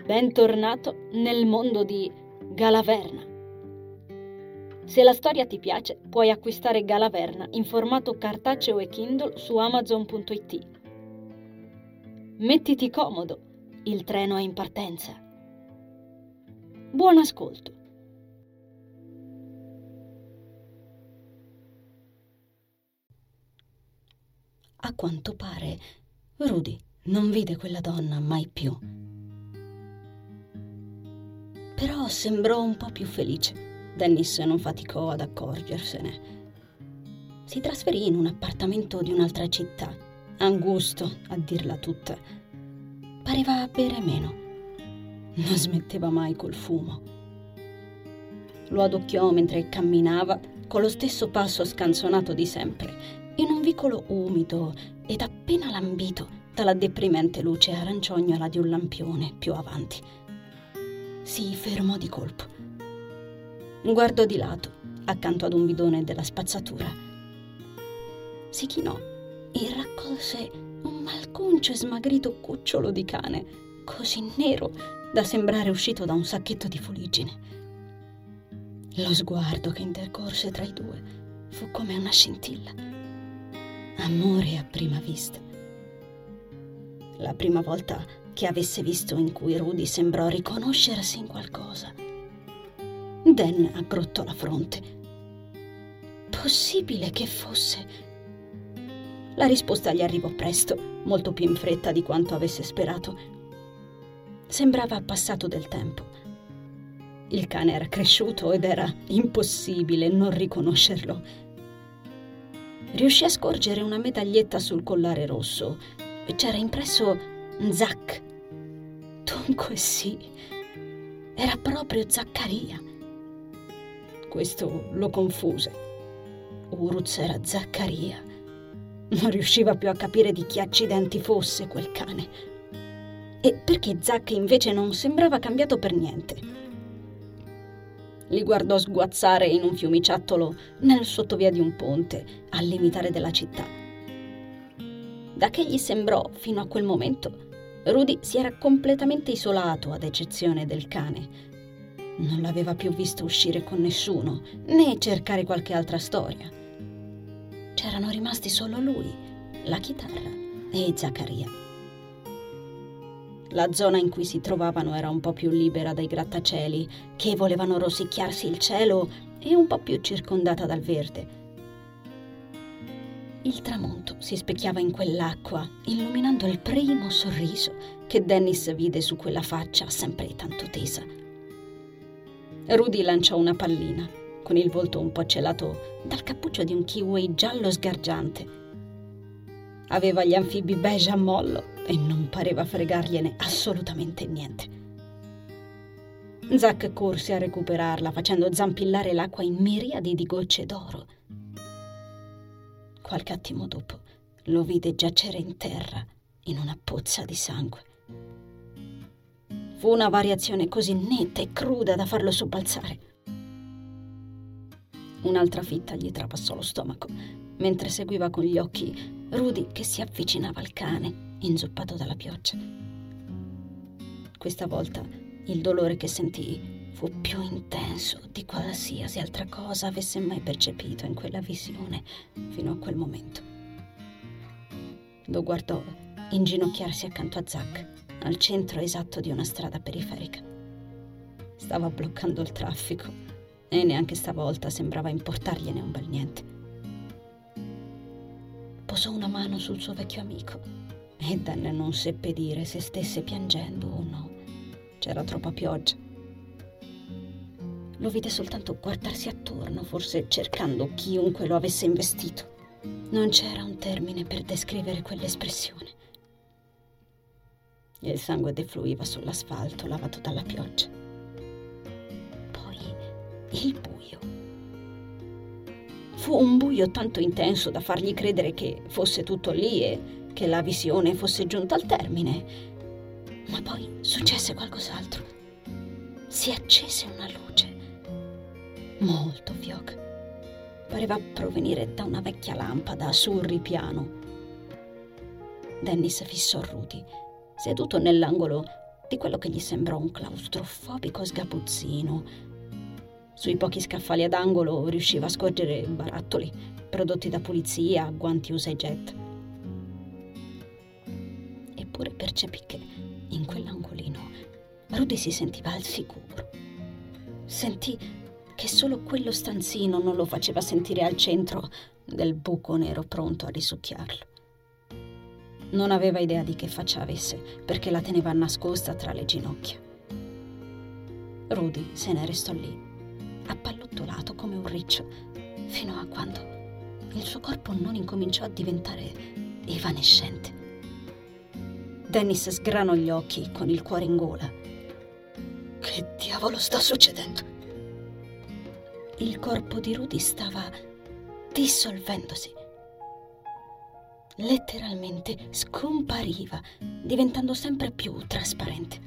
Bentornato nel mondo di Galaverna. Se la storia ti piace, puoi acquistare Galaverna in formato cartaceo e Kindle su Amazon.it. Mettiti comodo, il treno è in partenza. Buon ascolto. A quanto pare, Rudy non vide quella donna mai più. Però sembrò un po' più felice. Dennis non faticò ad accorgersene. Si trasferì in un appartamento di un'altra città, angusto, a dirla tutta. Pareva bere meno. Non smetteva mai col fumo. Lo adocchiò mentre camminava, con lo stesso passo scanzonato di sempre, in un vicolo umido ed appena lambito dalla deprimente luce aranciognola di un lampione più avanti. Si fermò di colpo. Guardò di lato, accanto ad un bidone della spazzatura. Si chinò e raccolse un malconcio e smagrito cucciolo di cane, così nero da sembrare uscito da un sacchetto di fuliggine. Lo sguardo che intercorse tra i due fu come una scintilla. Amore a prima vista. La prima volta che avesse visto in cui Rudy sembrò riconoscersi in qualcosa. Dan aggrottò la fronte. Possibile che fosse? La risposta gli arrivò presto, molto più in fretta di quanto avesse sperato. Sembrava passato del tempo. Il cane era cresciuto ed era impossibile non riconoscerlo. Riuscì a scorgere una medaglietta sul collare rosso. C'era impresso Zack. Dunque sì, era proprio Zaccaria. Questo lo confuse. Uruz era Zaccaria. Non riusciva più a capire di chi accidenti fosse quel cane. E perché Zack invece non sembrava cambiato per niente. Li guardò sguazzare in un fiumiciattolo nel sottovia di un ponte, al limitare della città. Da che gli sembrò fino a quel momento, Rudy si era completamente isolato, ad eccezione del cane. Non l'aveva più visto uscire con nessuno, né cercare qualche altra storia. C'erano rimasti solo lui, la chitarra e Zaccaria. La zona in cui si trovavano era un po' più libera dai grattacieli, che volevano rosicchiarsi il cielo, e un po' più circondata dal verde. Il tramonto si specchiava in quell'acqua, illuminando il primo sorriso che Dennis vide su quella faccia sempre tanto tesa. Rudy lanciò una pallina, con il volto un po' celato dal cappuccio di un kiwi giallo sgargiante. Aveva gli anfibi beige a mollo e non pareva fregargliene assolutamente niente. Zack corse a recuperarla, facendo zampillare l'acqua in miriadi di gocce d'oro. Qualche attimo dopo lo vide giacere in terra in una pozza di sangue. Fu una variazione così netta e cruda da farlo sobbalzare. Un'altra fitta gli trapassò lo stomaco, mentre seguiva con gli occhi Rudy che si avvicinava al cane, inzuppato dalla pioggia. Questa volta il dolore che sentì fu più intenso di qualsiasi altra cosa avesse mai percepito in quella visione fino a quel momento. Lo guardò inginocchiarsi accanto a Zack, al centro esatto di una strada periferica. Stava bloccando il traffico e neanche stavolta sembrava importargliene un bel niente. Posò una mano sul suo vecchio amico e Dan non seppe dire se stesse piangendo o no. C'era troppa pioggia. Lo vide soltanto guardarsi attorno, forse cercando chiunque lo avesse investito. Non c'era un termine per descrivere quell'espressione. Il sangue defluiva sull'asfalto lavato dalla pioggia. Poi il buio. Fu un buio tanto intenso da fargli credere che fosse tutto lì e che la visione fosse giunta al termine. Ma poi successe qualcos'altro. Si accese una luce. Molto fioca. Pareva provenire da una vecchia lampada su un ripiano. Dennis fissò Rudy, seduto nell'angolo di quello che gli sembrò un claustrofobico sgabuzzino. Sui pochi scaffali ad angolo riusciva a scorgere barattoli, prodotti da pulizia, guanti usa e getta. Eppure percepì che in quell'angolino Rudy si sentiva al sicuro. Sentì che solo quello stanzino non lo faceva sentire al centro del buco nero pronto a risucchiarlo. Non aveva idea di che faccia avesse, perché la teneva nascosta tra le ginocchia. Rudy se ne restò lì, appallottolato come un riccio, fino a quando il suo corpo non incominciò a diventare evanescente. Dennis sgranò gli occhi con il cuore in gola. Che diavolo sta succedendo? Il corpo di Rudy stava dissolvendosi. Letteralmente scompariva, diventando sempre più trasparente.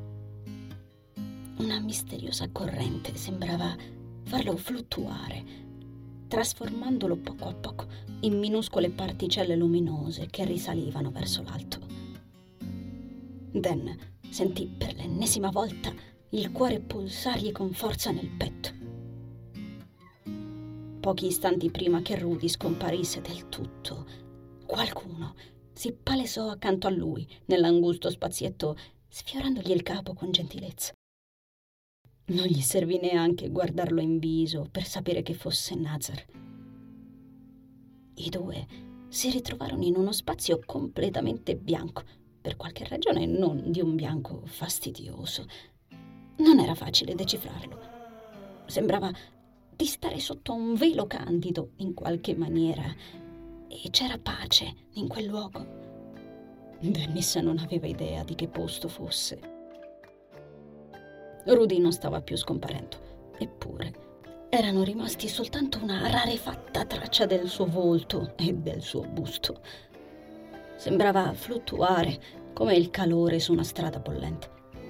Una misteriosa corrente sembrava farlo fluttuare, trasformandolo poco a poco in minuscole particelle luminose che risalivano verso l'alto. Dan sentì per l'ennesima volta il cuore pulsargli con forza nel petto. Pochi istanti prima che Rudy scomparisse del tutto, qualcuno si palesò accanto a lui nell'angusto spazietto, sfiorandogli il capo con gentilezza. Non gli servì neanche guardarlo in viso per sapere che fosse Nazar. I due si ritrovarono in uno spazio completamente bianco, per qualche ragione non di un bianco fastidioso. Non era facile decifrarlo. Sembrava di stare sotto un velo candido in qualche maniera, e c'era pace in quel luogo. Dennis non aveva idea di che posto fosse. Rudy non stava più scomparendo, eppure erano rimasti soltanto una rarefatta traccia del suo volto e del suo busto. Sembrava fluttuare come il calore su una strada bollente.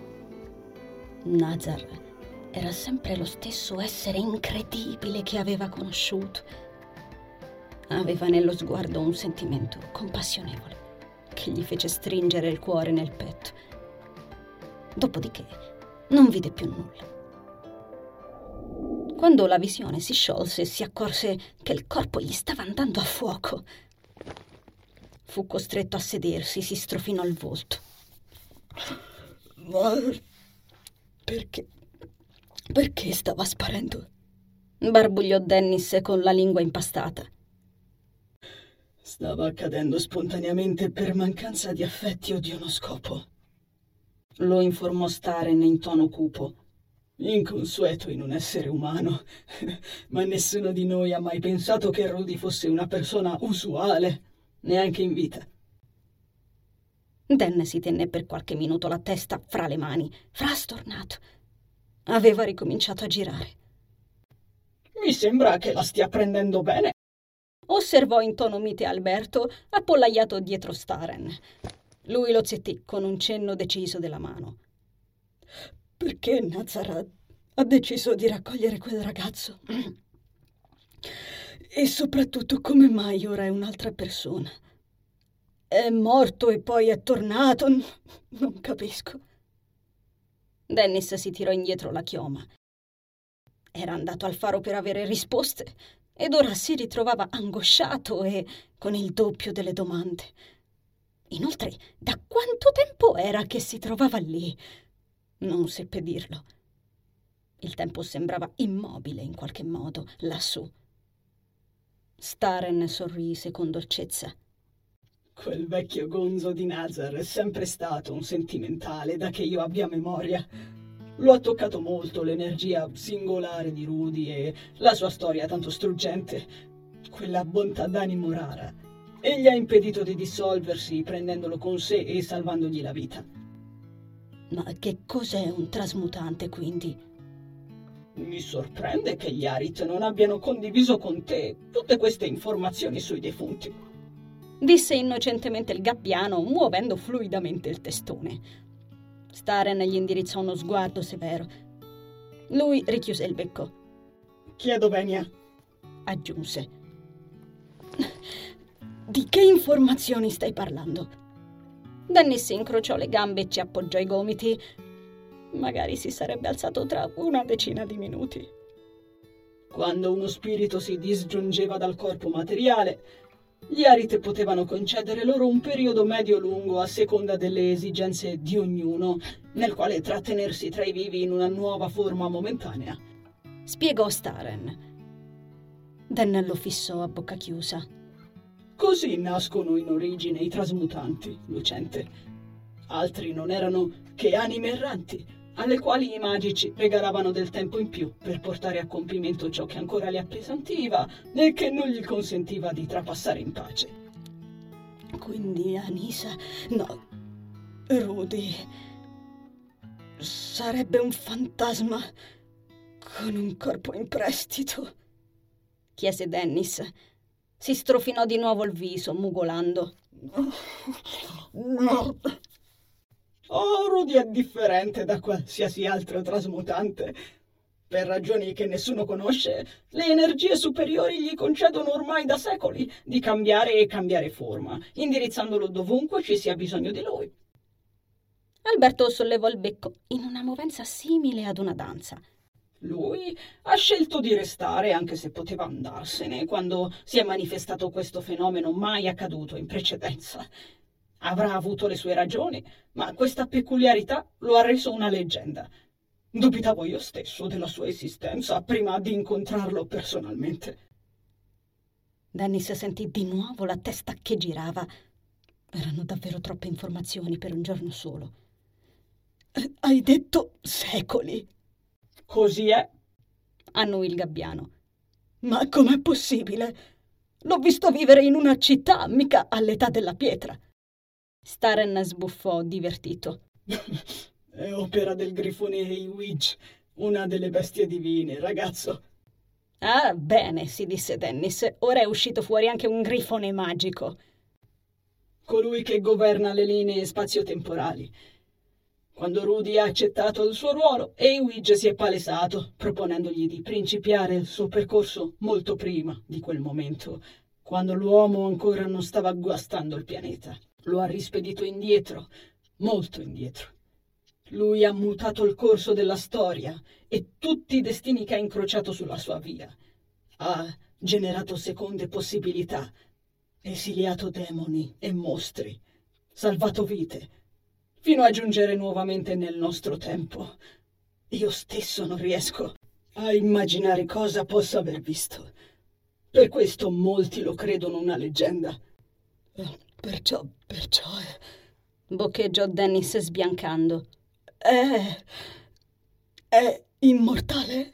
Nazar era sempre lo stesso essere incredibile che aveva conosciuto. Aveva nello sguardo un sentimento compassionevole che gli fece stringere il cuore nel petto. Dopodiché non vide più nulla. Quando la visione si sciolse, si accorse che il corpo gli stava andando a fuoco. Fu costretto a sedersi, si strofinò il volto. Ma perché stava sparendo? Barbugliò Dennis con la lingua impastata. Stava accadendo spontaneamente per mancanza di affetti o di uno scopo. Lo informò Staren in tono cupo. Inconsueto in un essere umano, ma nessuno di noi ha mai pensato che Rudy fosse una persona usuale, neanche in vita. Dan si tenne per qualche minuto la testa fra le mani, frastornato. Aveva ricominciato a girare. Mi sembra che la stia prendendo bene, osservò in tono mite Alberto, appollaiato dietro Staren. Lui lo zittì con un cenno deciso della mano. Perché Nazar ha deciso di raccogliere quel ragazzo? E soprattutto come mai ora è un'altra persona? È morto e poi è tornato? Non capisco. Dennis si tirò indietro la chioma. Era andato al faro per avere risposte ed ora si ritrovava angosciato e con il doppio delle domande. Inoltre, da quanto tempo era che si trovava lì? Non seppe dirlo. Il tempo sembrava immobile in qualche modo lassù. Staren sorrise con dolcezza. Quel vecchio gonzo di Nazar è sempre stato un sentimentale da che io abbia memoria. Lo ha toccato molto l'energia singolare di Rudy e la sua storia tanto struggente, quella bontà d'animo rara, e gli ha impedito di dissolversi prendendolo con sé e salvandogli la vita. Ma che cos'è un trasmutante, quindi? Mi sorprende che gli Arit non abbiano condiviso con te tutte queste informazioni sui defunti, disse innocentemente il gabbiano, muovendo fluidamente il testone. Staren gli indirizzò uno sguardo severo. Lui richiuse il becco. Chiedo venia, aggiunse. Di che informazioni stai parlando? Dennis incrociò le gambe e ci appoggiò i gomiti. Magari si sarebbe alzato tra una decina di minuti. Quando uno spirito si disgiungeva dal corpo materiale, gli Arite potevano concedere loro un periodo medio-lungo a seconda delle esigenze di ognuno, nel quale trattenersi tra i vivi in una nuova forma momentanea, spiegò Staren. Dan lo fissò a bocca chiusa. Così nascono in origine i trasmutanti, lucente. Altri non erano che anime erranti, alle quali i magici regalavano del tempo in più per portare a compimento ciò che ancora li appesantiva e che non gli consentiva di trapassare in pace. Quindi Anisa, no, Rudy, sarebbe un fantasma con un corpo in prestito? Chiese Dennis. Si strofinò di nuovo il viso, mugolando. No. Oh, Rudy è differente da qualsiasi altro trasmutante. Per ragioni che nessuno conosce, le energie superiori gli concedono ormai da secoli di cambiare e cambiare forma, indirizzandolo dovunque ci sia bisogno di lui. Alberto sollevò il becco in una movenza simile ad una danza. Lui ha scelto di restare, anche se poteva andarsene, quando si è manifestato questo fenomeno mai accaduto in precedenza. Avrà avuto le sue ragioni, ma questa peculiarità lo ha reso una leggenda. Dubitavo io stesso della sua esistenza prima di incontrarlo personalmente. Dennis sentì di nuovo la testa che girava. Erano davvero troppe informazioni per un giorno solo. Hai detto secoli? Così è, annuì il gabbiano. Ma com'è possibile? L'ho visto vivere in una città, mica all'età della pietra. Staren sbuffò, divertito. È opera del grifone Eywidge, una delle bestie divine, ragazzo. Ah, bene, si disse Dennis. Ora è uscito fuori anche un grifone magico. Colui che governa le linee spazio-temporali. Quando Rudy ha accettato il suo ruolo, Eywidge si è palesato, proponendogli di principiare il suo percorso molto prima di quel momento, quando l'uomo ancora non stava guastando il pianeta. Lo ha rispedito indietro, molto indietro. Lui ha mutato il corso della storia e tutti i destini che ha incrociato sulla sua via. Ha generato seconde possibilità, esiliato demoni e mostri, salvato vite, fino a giungere nuovamente nel nostro tempo. Io stesso non riesco a immaginare cosa possa aver visto. Per questo molti lo credono una leggenda. Perciò... boccheggiò Dennis sbiancando. È immortale?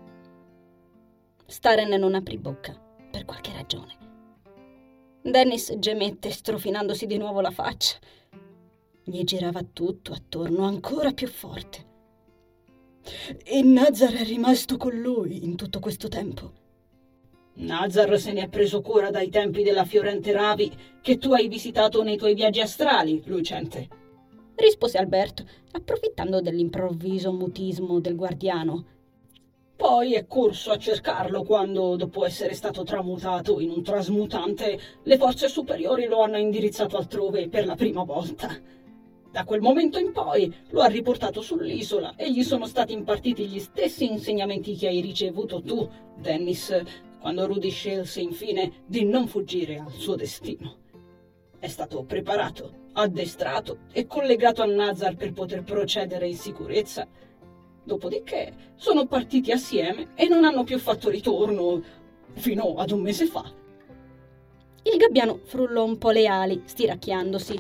Staren non aprì bocca, per qualche ragione. Dennis gemette, strofinandosi di nuovo la faccia. Gli girava tutto attorno, ancora più forte. E Nazar è rimasto con lui in tutto questo tempo? Nazar se ne è preso cura dai tempi della fiorente Ravi che tu hai visitato nei tuoi viaggi astrali, lucente. Rispose Alberto, approfittando dell'improvviso mutismo del guardiano. Poi è corso a cercarlo quando, dopo essere stato tramutato in un trasmutante, le forze superiori lo hanno indirizzato altrove per la prima volta. Da quel momento in poi lo ha riportato sull'isola e gli sono stati impartiti gli stessi insegnamenti che hai ricevuto tu, Dennis, quando Rudy scelse infine di non fuggire al suo destino. È stato preparato, addestrato e collegato a Nazar per poter procedere in sicurezza. Dopodiché sono partiti assieme e non hanno più fatto ritorno fino ad un mese fa. Il gabbiano frullò un po' le ali, stiracchiandosi.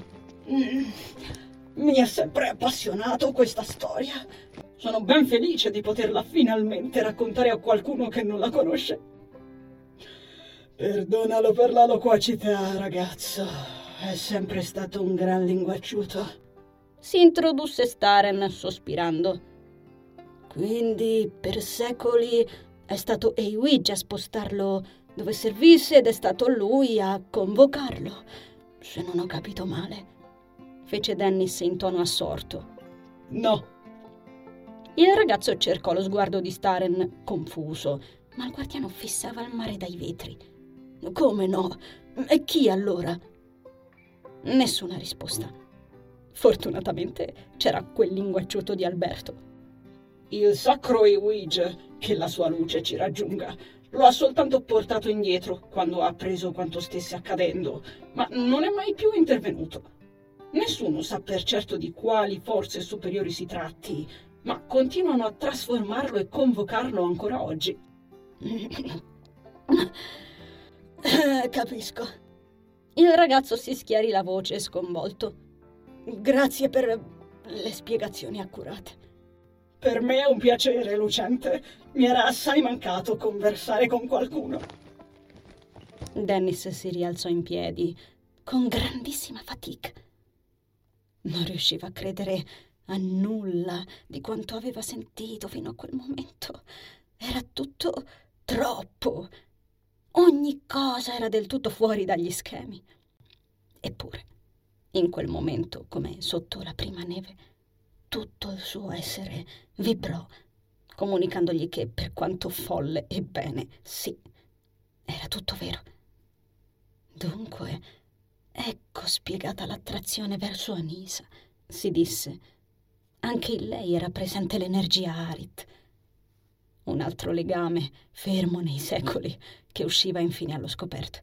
Mi è sempre appassionato questa storia. Sono ben felice di poterla finalmente raccontare a qualcuno che non la conosce. Perdonalo per la loquacità, ragazzo. È sempre stato un gran linguacciuto. Si introdusse Staren, sospirando. Quindi per secoli è stato Eywidge a spostarlo dove servisse ed è stato lui a convocarlo, se non ho capito male. Fece Dennis in tono assorto. No. Il ragazzo cercò lo sguardo di Staren, confuso, ma il guardiano fissava il mare dai vetri. Come no? E chi allora? Nessuna risposta. Fortunatamente c'era quel linguacciotto di Alberto. Il sacro Ewig, che la sua luce ci raggiunga, lo ha soltanto portato indietro quando ha appreso quanto stesse accadendo, ma non è mai più intervenuto. Nessuno sa per certo di quali forze superiori si tratti, ma continuano a trasformarlo e convocarlo ancora oggi. Capisco. Il ragazzo si schiarì la voce sconvolto. Grazie per le spiegazioni accurate. Per me è un piacere, Lucente. Mi era assai mancato conversare con qualcuno. Dennis si rialzò in piedi Con grandissima fatica. Non riusciva a credere a nulla di quanto aveva sentito fino a quel momento. Era tutto troppo. Ogni cosa era del tutto fuori dagli schemi. Eppure, in quel momento, come sotto la prima neve, tutto il suo essere vibrò, comunicandogli che, per quanto folle, ebbene, sì, era tutto vero. Dunque, ecco spiegata l'attrazione verso Anisa, si disse. Anche in lei era presente l'energia Arit. Un altro legame, fermo nei secoli, che usciva infine allo scoperto.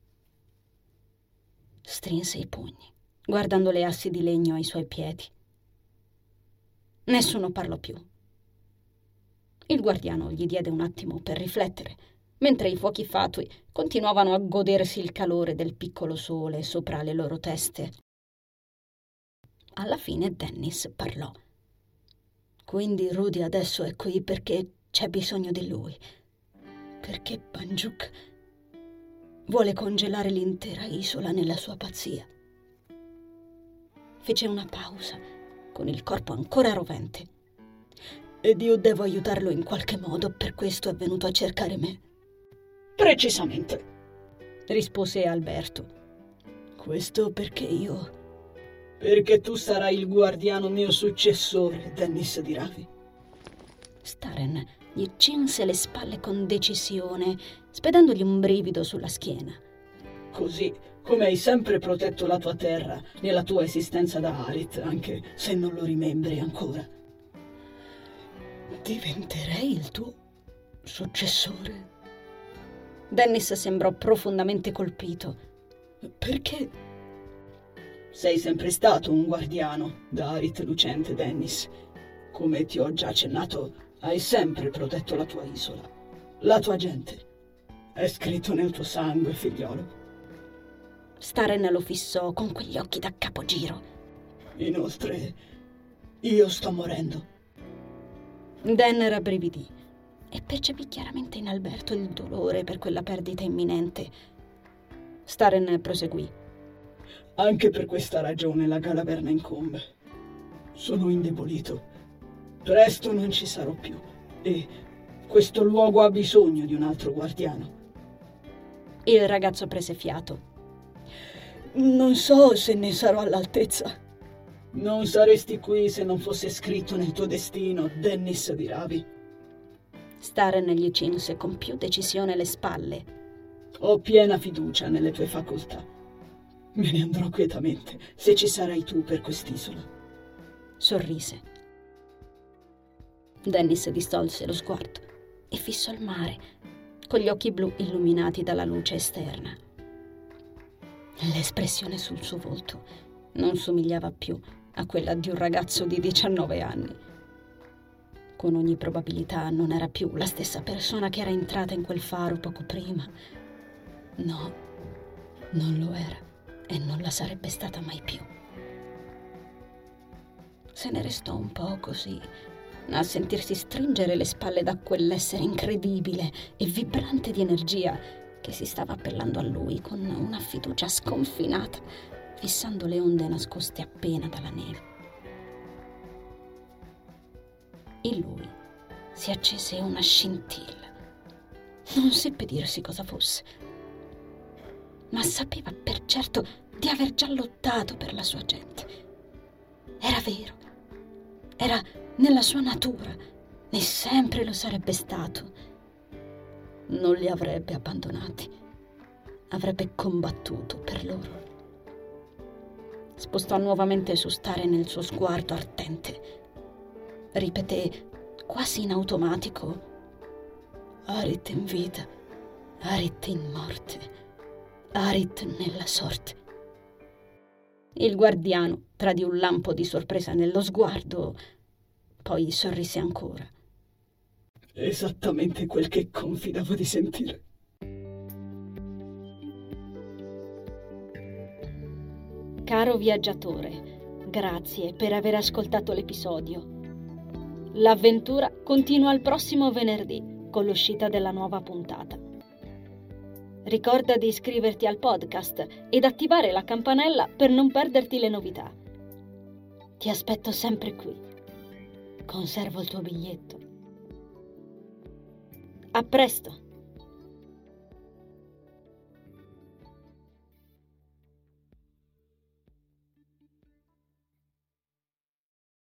Strinse i pugni, guardando le assi di legno ai suoi piedi. Nessuno parlò più. Il guardiano gli diede un attimo per riflettere, mentre i fuochi fatui continuavano a godersi il calore del piccolo sole sopra le loro teste. Alla fine Dennis parlò. Quindi Rudy adesso è qui perché c'è bisogno di lui. Perché Banjuk vuole congelare l'intera isola nella sua pazzia. Fece una pausa, con il corpo ancora rovente. Ed io devo aiutarlo in qualche modo, per questo è venuto a cercare me. Precisamente, rispose Alberto. Questo perché io... Perché tu sarai il guardiano mio successore, Dennis di Ravi. Staren gli cinse le spalle con decisione, spedendogli un brivido sulla schiena. Così come hai sempre protetto la tua terra nella tua esistenza da Arit, anche se non lo rimembri ancora. Diventerei il tuo successore? Dennis sembrò profondamente colpito. Perché? Sei sempre stato un guardiano da Arit lucente, Dennis. Come ti ho già accennato, hai sempre protetto la tua isola, la tua gente. È scritto nel tuo sangue, figliolo. Staren lo fissò con quegli occhi da capogiro. Inoltre, io sto morendo. Dan rabbrividì E percepì chiaramente in Alberto il dolore per quella perdita imminente. Staren proseguì. Anche per questa ragione la Galaverna incombe. Sono indebolito. Presto non ci sarò più e questo luogo ha bisogno di un altro guardiano. Il ragazzo prese fiato. Non so se ne sarò all'altezza. Non saresti qui se non fosse scritto nel tuo destino, Dennis di Ravi. Staren gli cinse con più decisione le spalle. Ho piena fiducia nelle tue facoltà. Me ne andrò quietamente se ci sarai tu per quest'isola. Sorrise. Dennis distolse lo sguardo e fissò il mare, con gli occhi blu illuminati dalla luce esterna. L'espressione sul suo volto non somigliava più a quella di un ragazzo di 19 anni. Con ogni probabilità non era più la stessa persona che era entrata in quel faro poco prima. No, non lo era e non la sarebbe stata mai più. Se ne restò un po' così, a sentirsi stringere le spalle da quell'essere incredibile e vibrante di energia che si stava appellando a lui con una fiducia sconfinata, fissando le onde nascoste appena dalla neve. In lui si accese una scintilla. Non seppe dirsi cosa fosse, ma sapeva per certo di aver già lottato per la sua gente. Era vero, era nella sua natura e sempre lo sarebbe stato. Non li avrebbe abbandonati, avrebbe combattuto per loro. spostò nuovamente su stare nel suo sguardo ardente. Ripeté quasi in automatico: Arit in vita, Arit in morte, Arit nella sorte. Il guardiano tradì un lampo di sorpresa nello sguardo, poi sorrise ancora. Esattamente quel che confidavo di sentire. Caro viaggiatore, grazie per aver ascoltato l'episodio. L'avventura continua il prossimo venerdì con l'uscita della nuova puntata. Ricorda di iscriverti al podcast ed attivare la campanella per non perderti le novità. Ti aspetto sempre qui. Conservo il tuo biglietto. A presto!